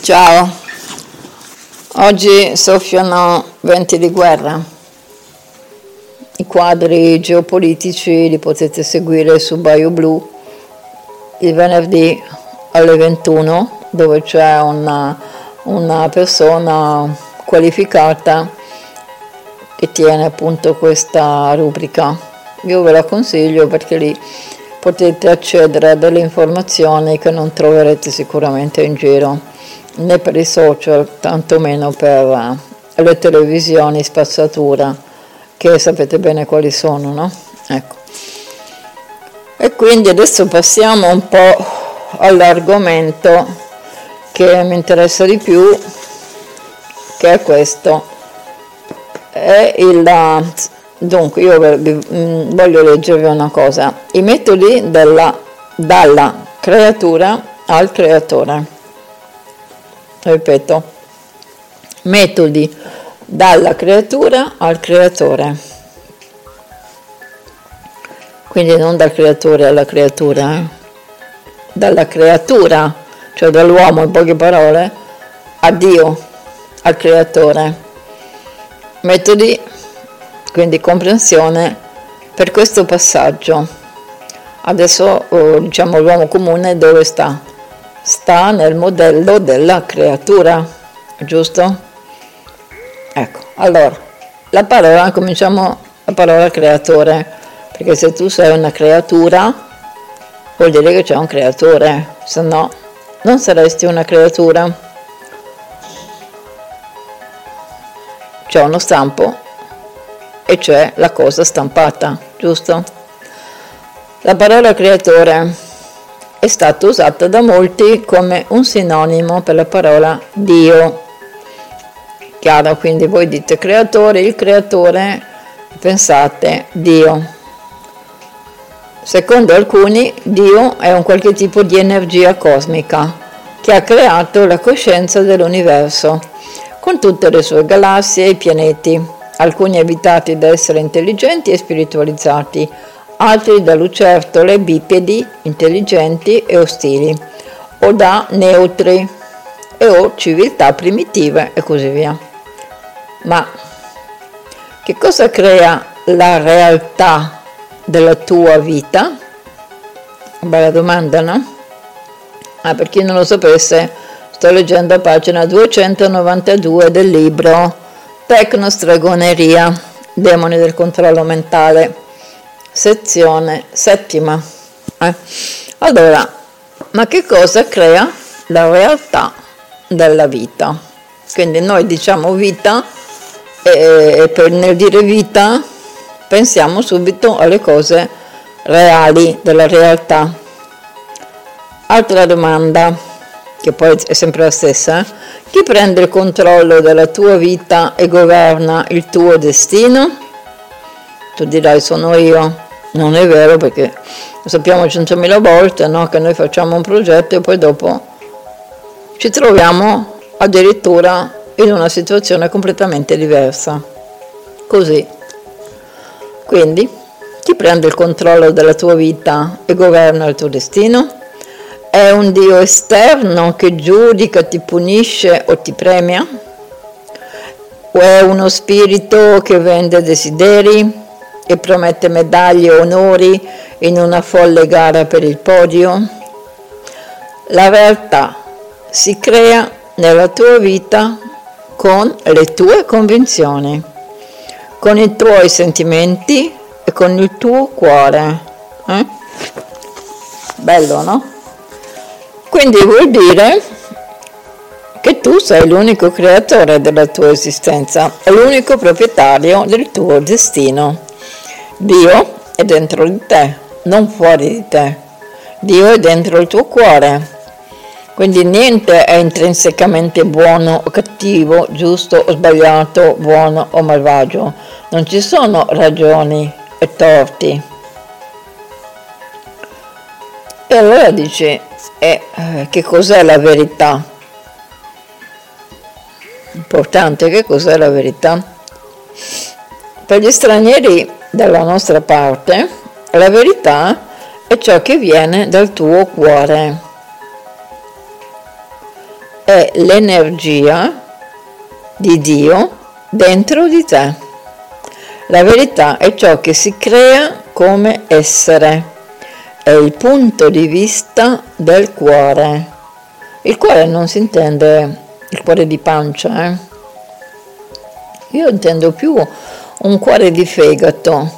Ciao, oggi soffiano venti di guerra. I quadri geopolitici li potete seguire su Bayou Blu il venerdì alle 21, dove c'è una persona qualificata che tiene appunto questa rubrica. Io ve la consiglio perché lì potete accedere a delle informazioni che non troverete sicuramente in giro, né per i social, tantomeno per le televisioni spazzatura, che sapete bene quali sono, no? Ecco. E quindi adesso passiamo un po' all'argomento che mi interessa di più, che è questo. Dunque, io voglio leggervi una cosa. I metodi dalla creatura al creatore. Ripeto, metodi dalla creatura al creatore, quindi non dal creatore alla creatura, dalla creatura, cioè dall'uomo in poche parole, a Dio, al creatore. Metodi, quindi comprensione per questo passaggio. Adesso diciamo l'uomo comune dove sta? Sta nel modello della creatura, giusto? Ecco, allora, cominciamo la parola creatore, perché se tu sei una creatura, vuol dire che c'è un creatore, se no non saresti una creatura. C'è uno stampo e c'è la cosa stampata, giusto? La parola creatore è stata usata da molti come un sinonimo per la parola Dio. Chiaro, quindi voi dite creatore, il creatore, pensate Dio. Secondo alcuni, Dio è un qualche tipo di energia cosmica che ha creato la coscienza dell'universo, con tutte le sue galassie e i pianeti, alcuni abitati da esseri intelligenti e spiritualizzati, altri da lucertole bipedi, intelligenti e ostili, o da neutri o civiltà primitive e così via. Ma che cosa crea la realtà della tua vita? Bella domanda, no? Per chi non lo sapesse, sto leggendo a pagina 292 del libro Tecnostregoneria, demoni del controllo mentale, sezione settima. Allora, ma che cosa crea la realtà della vita? Quindi noi diciamo vita e nel dire vita pensiamo subito alle cose reali della realtà. Altra domanda, che poi è sempre la stessa, chi prende il controllo della tua vita e governa il tuo destino? Tu dirai sono io. Non è vero, perché lo sappiamo 100.000 volte, no? Che noi facciamo un progetto e poi dopo ci troviamo addirittura in una situazione completamente diversa. Così. Quindi, chi prende il controllo della tua vita e governa il tuo destino? È un Dio esterno che giudica, ti punisce o ti premia? O è uno spirito che vende desideri e promette medaglie e onori in una folle gara per il podio? La realtà si crea nella tua vita con le tue convinzioni, con i tuoi sentimenti e con il tuo cuore. Bello, no? Quindi vuol dire che tu sei l'unico creatore della tua esistenza, l'unico proprietario del tuo destino. Dio è dentro di te, non fuori di te. Dio è dentro il tuo cuore. Quindi niente è intrinsecamente buono o cattivo, giusto o sbagliato, buono o malvagio. Non ci sono ragioni e torti. E allora dici, che cos'è la verità? Importante, che cos'è la verità? Per gli stranieri dalla nostra parte, la verità è ciò che viene dal tuo cuore. è l'energia di Dio dentro di te. La verità è ciò che si crea come essere, è il punto di vista del cuore. Il cuore non si intende il cuore di pancia, Io intendo più un cuore di fegato.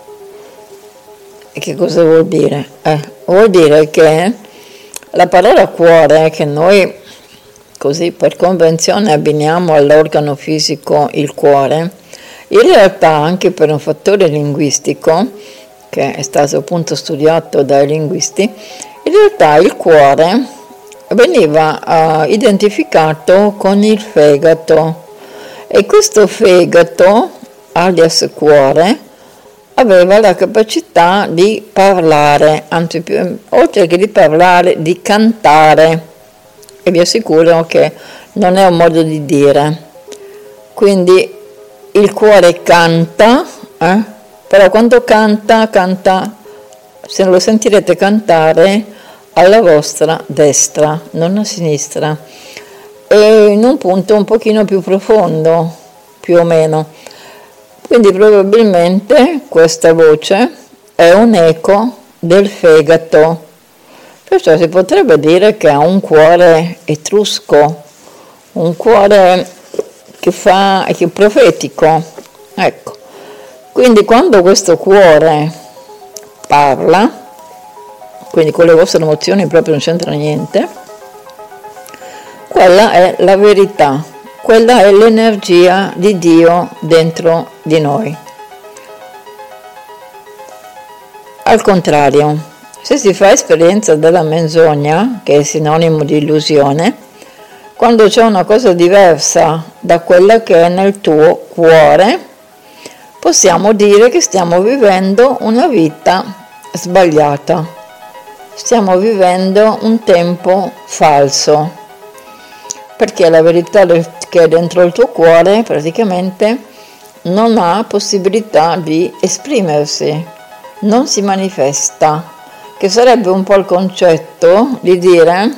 E che cosa vuol dire? Vuol dire che la parola cuore, che noi così per convenzione abbiniamo all'organo fisico il cuore, in realtà anche per un fattore linguistico, che è stato appunto studiato dai linguisti, in realtà il cuore veniva identificato con il fegato, e questo fegato, alias cuore, aveva la capacità di parlare, anzi oltre che di parlare, di cantare, e vi assicuro che non è un modo di dire. Quindi il cuore canta, però quando canta, se lo sentirete cantare alla vostra destra, non a sinistra, e in un punto un pochino più profondo, più o meno. Quindi probabilmente questa voce è un eco del fegato, perciò si potrebbe dire che ha un cuore etrusco, un cuore che è profetico, ecco. Quindi quando questo cuore parla, quindi con le vostre emozioni proprio non c'entra niente, quella è la verità, quella è l'energia di Dio dentro di noi. Al contrario, se si fa esperienza della menzogna, che è sinonimo di illusione, quando c'è una cosa diversa da quella che è nel tuo cuore, possiamo dire che stiamo vivendo una vita sbagliata, stiamo vivendo un tempo falso, perché la verità che è dentro il tuo cuore praticamente non ha possibilità di esprimersi, non si manifesta, che sarebbe un po' il concetto di dire: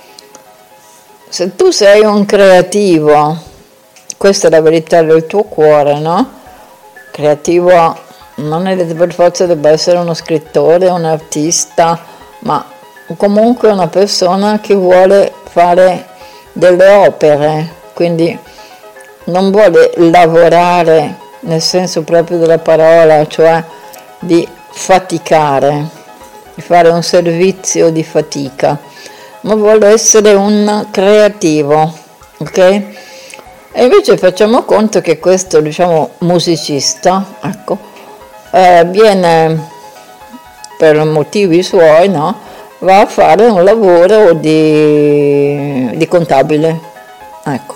se tu sei un creativo, questa è la verità del tuo cuore, no? Creativo non è per forza debba essere uno scrittore, un artista, ma comunque una persona che vuole fare delle opere, quindi non vuole lavorare nel senso proprio della parola, cioè di faticare, di fare un servizio di fatica, ma vuole essere un creativo, ok? E invece facciamo conto che questo, musicista, ecco, viene per motivi suoi, no? Va a fare un lavoro di contabile, ecco.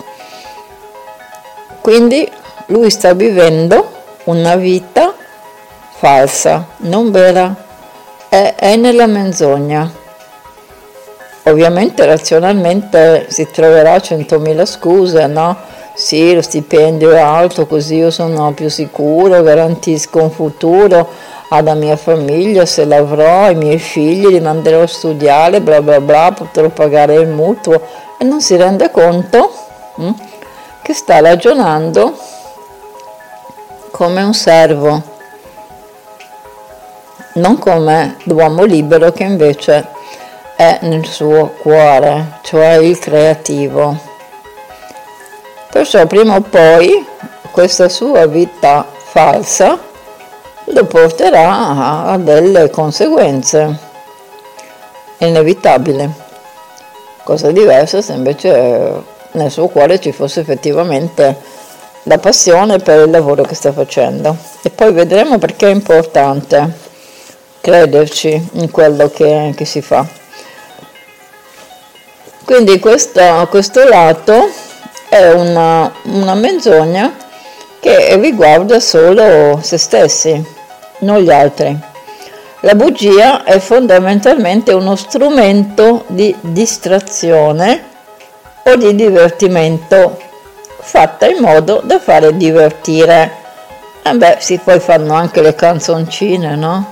Quindi lui sta vivendo una vita falsa, non vera, è nella menzogna. Ovviamente razionalmente si troverà 100.000 scuse, no? Sì, lo stipendio è alto, così io sono più sicuro, garantisco un futuro alla mia famiglia, se l'avrò, ai miei figli, li manderò a studiare, bla bla bla, potrò pagare il mutuo, e non si rende conto che sta ragionando come un servo, non come l'uomo libero che invece è nel suo cuore, cioè il creativo. Perciò prima o poi questa sua vita falsa lo porterà a delle conseguenze, è inevitabile. Cosa diversa se invece nel suo cuore ci fosse effettivamente la passione per il lavoro che sta facendo. E poi vedremo perché è importante crederci in quello che si fa. Quindi questo lato è una menzogna che riguarda solo se stessi, non gli altri. La bugia è fondamentalmente uno strumento di distrazione o di divertimento, fatta in modo da fare divertire. Si poi fanno anche le canzoncine, no?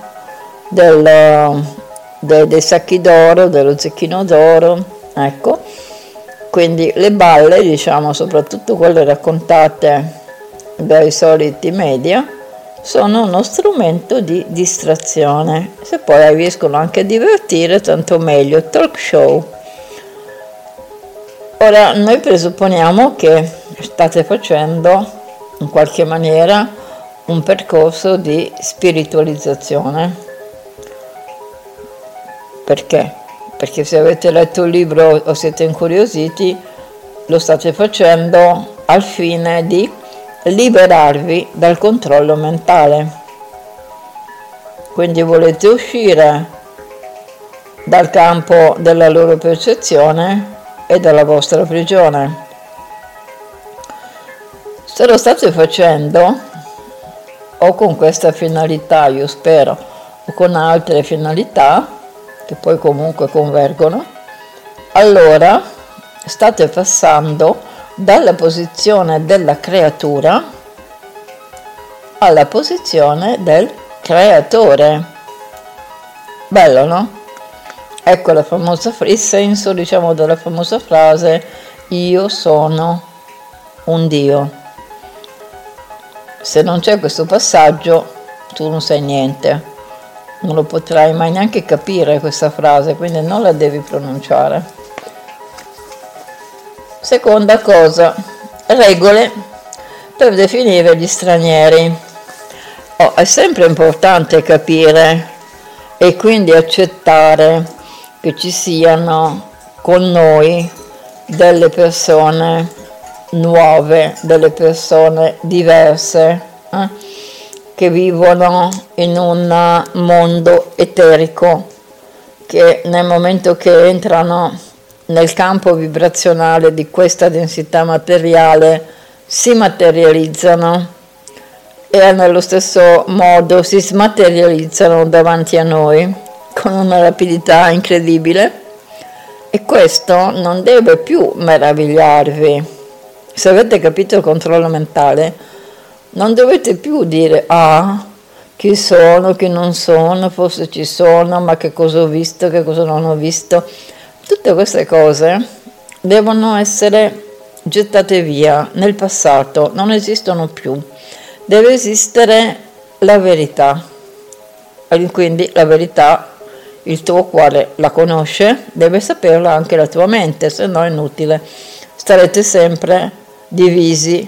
Dei sacchi d'oro, dello zecchino d'oro, ecco. quindi le balle, diciamo, soprattutto quelle raccontate dai soliti media, sono uno strumento di distrazione. Se poi riescono anche a divertire, tanto meglio. Talk show. Ora, noi presupponiamo che state facendo in qualche maniera un percorso di spiritualizzazione. Perché? Perché se avete letto il libro o siete incuriositi, lo state facendo al fine di liberarvi dal controllo mentale. Quindi volete uscire dal campo della loro percezione e dalla vostra prigione. Se lo state facendo, o con questa finalità, io spero, o con altre finalità, che poi comunque convergono, allora state passando dalla posizione della creatura alla posizione del creatore. Bello, no? Ecco la famosa il senso, diciamo, della famosa frase: io sono un Dio. Se non c'è questo passaggio, tu non sai niente. Non lo potrai mai neanche capire questa frase, quindi non la devi pronunciare. Seconda cosa, regole per definire gli stranieri. È sempre importante capire e quindi accettare che ci siano con noi delle persone nuove, delle persone diverse, che vivono in un mondo eterico, che nel momento che entrano nel campo vibrazionale di questa densità materiale si materializzano e nello stesso modo si smaterializzano davanti a noi con una rapidità incredibile, e questo non deve più meravigliarvi. Se avete capito il controllo mentale, non dovete più dire chi sono, chi non sono, forse ci sono, ma che cosa ho visto, che cosa non ho visto. Tutte queste cose devono essere gettate via nel passato, non esistono più. Deve esistere la verità. E quindi la verità il tuo cuore la conosce, deve saperla anche la tua mente, se no è inutile. Starete sempre divisi.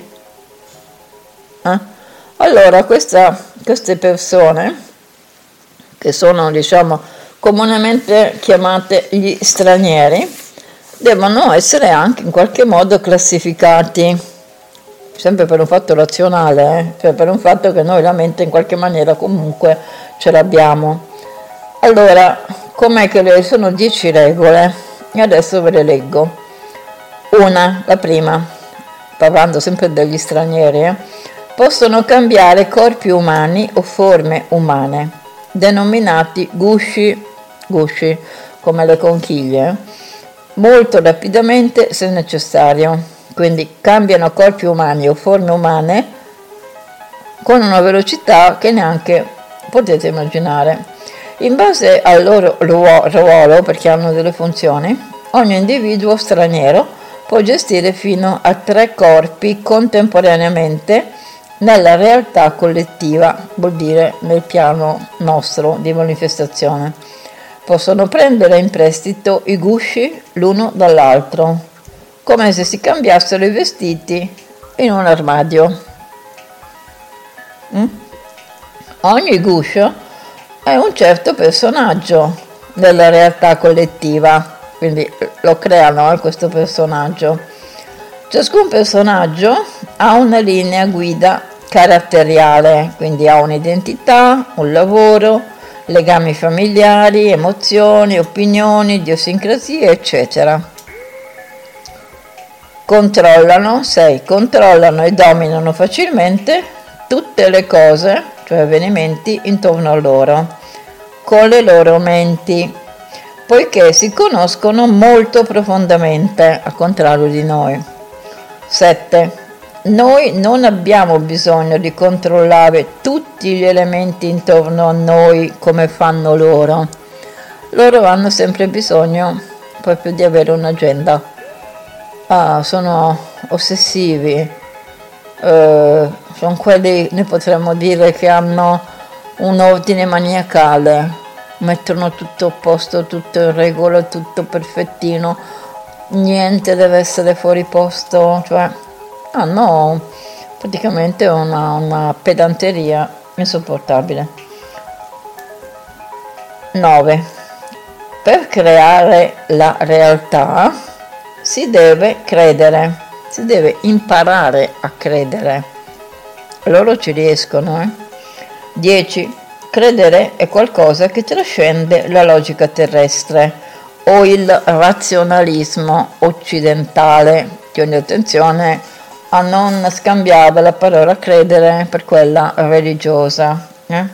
Allora queste persone, che sono, diciamo, comunemente chiamate gli stranieri, devono essere anche in qualche modo classificati, sempre per un fatto razionale, cioè per un fatto che noi la mente in qualche maniera comunque ce l'abbiamo. Allora, com'è che sono 10 regole e adesso ve le leggo. La prima, parlando sempre degli stranieri, possono cambiare corpi umani o forme umane, denominati gusci, come le conchiglie, molto rapidamente se necessario. Quindi cambiano corpi umani o forme umane con una velocità che neanche potete immaginare. In base al loro ruolo, perché hanno delle funzioni, ogni individuo straniero può gestire fino a 3 corpi contemporaneamente nella realtà collettiva, vuol dire nel piano nostro di manifestazione. Possono prendere in prestito i gusci l'uno dall'altro, come se si cambiassero i vestiti in un armadio. Ogni guscio è un certo personaggio della realtà collettiva, quindi lo creano questo personaggio. Ciascun personaggio ha una linea guida caratteriale, quindi ha un'identità, un lavoro, legami familiari, emozioni, opinioni, idiosincrasie, eccetera. Controllano e dominano facilmente tutte le cose, cioè avvenimenti, intorno a loro, con le loro menti, poiché si conoscono molto profondamente, al contrario di noi. 7. Noi non abbiamo bisogno di controllare tutti gli elementi intorno a noi come fanno loro. Loro hanno sempre bisogno proprio di avere un'agenda. sono ossessivi, sono quelli, noi potremmo dire, che hanno un ordine maniacale, mettono tutto a posto, tutto in regola, tutto perfettino, niente deve essere fuori posto, cioè hanno praticamente una pedanteria insopportabile. 9. Per creare la realtà si deve credere, si deve imparare a credere. Loro ci riescono. 10. Credere è qualcosa che trascende la logica terrestre o il razionalismo occidentale. Quindi attenzione a non scambiare la parola credere per quella religiosa.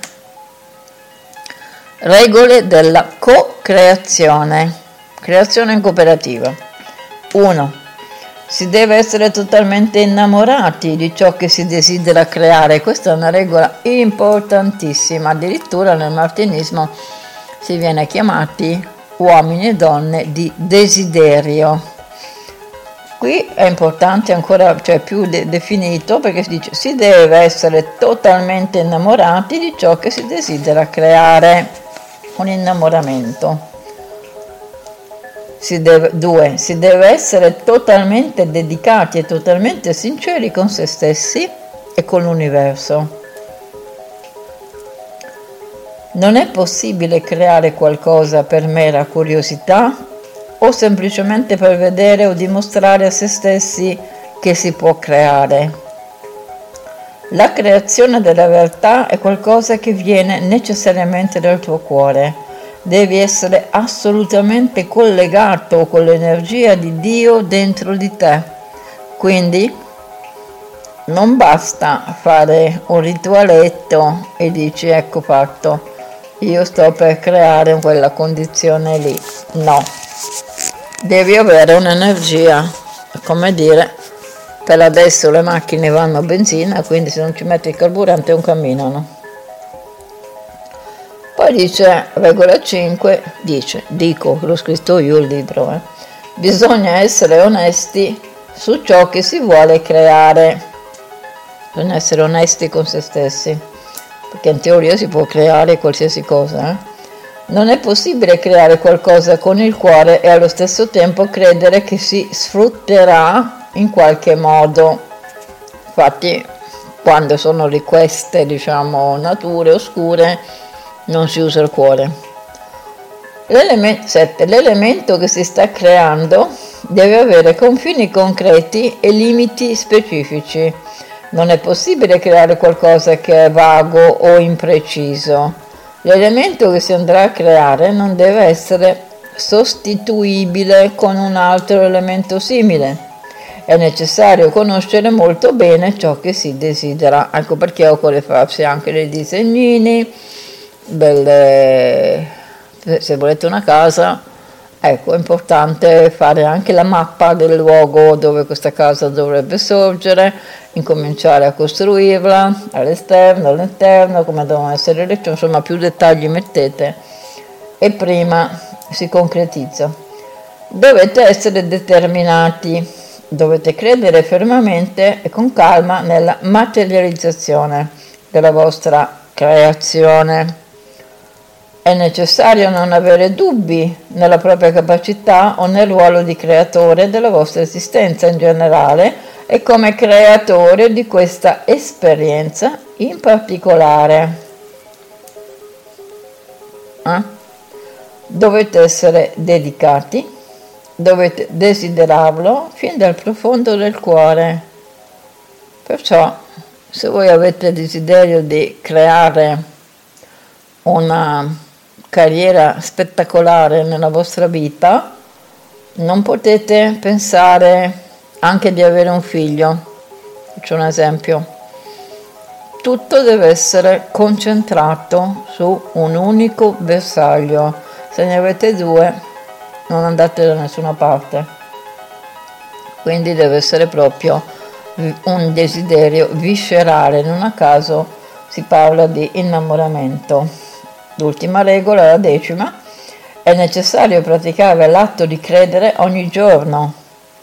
Regole della co-creazione, creazione in cooperativa. 1. Si deve essere totalmente innamorati di ciò che si desidera creare. Questa è una regola importantissima, addirittura nel martinismo si viene chiamati uomini e donne di desiderio. Qui è importante ancora, cioè più definito, perché si dice si deve essere totalmente innamorati di ciò che si desidera creare. Un innamoramento. 2. Si deve essere totalmente dedicati e totalmente sinceri con se stessi e con l'universo. Non è possibile creare qualcosa per mera curiosità o semplicemente per vedere o dimostrare a se stessi che si può creare. La creazione della realtà è qualcosa che viene necessariamente dal tuo cuore. Devi essere assolutamente collegato con l'energia di Dio dentro di te. Quindi non basta fare un ritualetto e dici ecco fatto, io sto per creare quella condizione lì. No, devi avere un'energia, come dire, per adesso le macchine vanno a benzina, quindi se non ci metti il carburante non camminano. Poi dice, regola 5, dico, l'ho scritto io il libro, bisogna essere onesti su ciò che si vuole creare, bisogna essere onesti con se stessi, perché in teoria si può creare qualsiasi cosa. Non è possibile creare qualcosa con il cuore e allo stesso tempo credere che si sfrutterà in qualche modo. Infatti quando sono di queste, nature oscure, non si usa il cuore. 7. L'elemento che si sta creando deve avere confini concreti e limiti specifici. Non è possibile creare qualcosa che è vago o impreciso. L'elemento che si andrà a creare non deve essere sostituibile con un altro elemento simile. È necessario conoscere molto bene ciò che si desidera. Ecco perché occorre farsi anche dei disegnini, se volete una casa, ecco, è importante fare anche la mappa del luogo dove questa casa dovrebbe sorgere, incominciare a costruirla all'esterno, all'interno, come devono essere le, insomma più dettagli mettete e prima si concretizza. Dovete essere determinati. Dovete credere fermamente e con calma nella materializzazione della vostra creazione. È necessario non avere dubbi nella propria capacità o nel ruolo di creatore della vostra esistenza in generale e come creatore di questa esperienza in particolare. Dovete essere dedicati. Dovete desiderarlo fin dal profondo del cuore. Perciò, se voi avete desiderio di creare una carriera spettacolare nella vostra vita, non potete pensare anche di avere un figlio. Faccio un esempio. Tutto deve essere concentrato su un unico bersaglio. Se ne avete due, non andate da nessuna parte. Quindi deve essere proprio un desiderio viscerale. Non a caso si parla di innamoramento. L'ultima regola, la 10ª, è necessario praticare l'atto di credere ogni giorno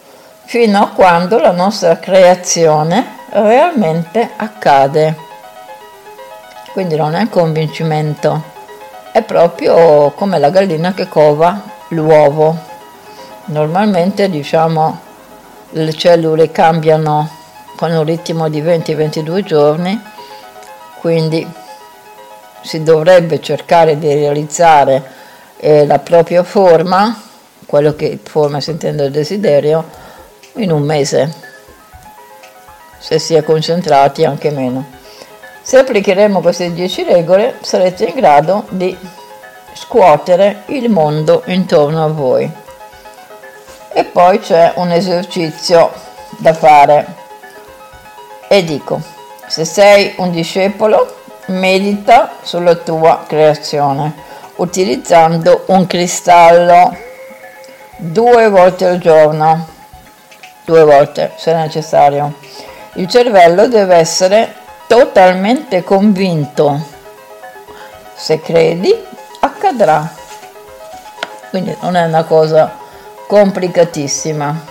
fino a quando la nostra creazione realmente accade. Quindi non è un convincimento, è proprio come la gallina che cova l'uovo. Normalmente, diciamo, le cellule cambiano con un ritmo di 20-22 giorni, quindi si dovrebbe cercare di realizzare la propria forma, quello che forma si intende il desiderio, in un mese, se si è concentrati anche meno. Se applicheremo queste 10 regole sarete in grado di scuotere il mondo intorno a voi. E poi c'è un esercizio da fare e dico: se sei un discepolo, medita sulla tua creazione utilizzando un cristallo 2 volte al giorno, 2 volte se necessario. Il cervello deve essere totalmente convinto. Se credi, accadrà. Quindi non è una cosa complicatissima.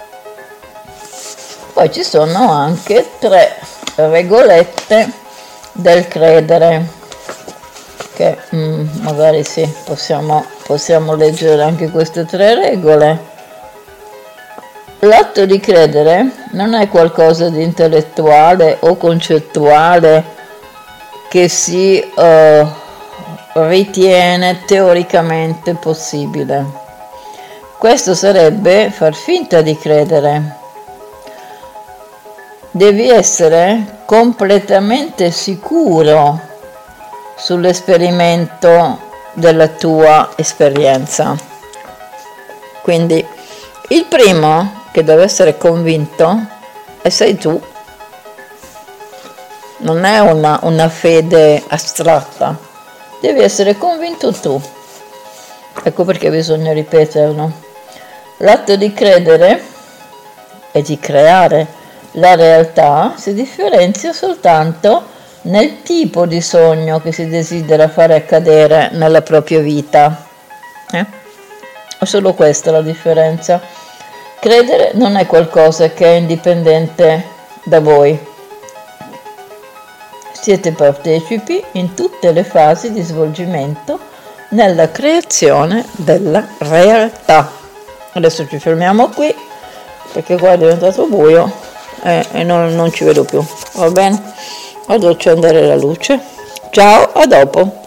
Poi ci sono anche 3 regolette del credere, che magari sì, possiamo leggere anche queste 3 regole. L'atto di credere non è qualcosa di intellettuale o concettuale che si ritiene teoricamente possibile. Questo sarebbe far finta di credere. Devi essere completamente sicuro sull'esperimento della tua esperienza. Quindi il primo che deve essere convinto e sei tu. Non è una fede astratta, devi essere convinto tu. Ecco perché bisogna ripeterlo. L'atto di credere e di creare la realtà si differenzia soltanto nel tipo di sogno che si desidera fare accadere nella propria vita. È solo questa la differenza. Credere non è qualcosa che è indipendente da voi. Siete partecipi in tutte le fasi di svolgimento nella creazione della realtà. Adesso ci fermiamo qui perché qua è diventato buio e non ci vedo più. Va bene? Vado a accendere la luce. Ciao, a dopo.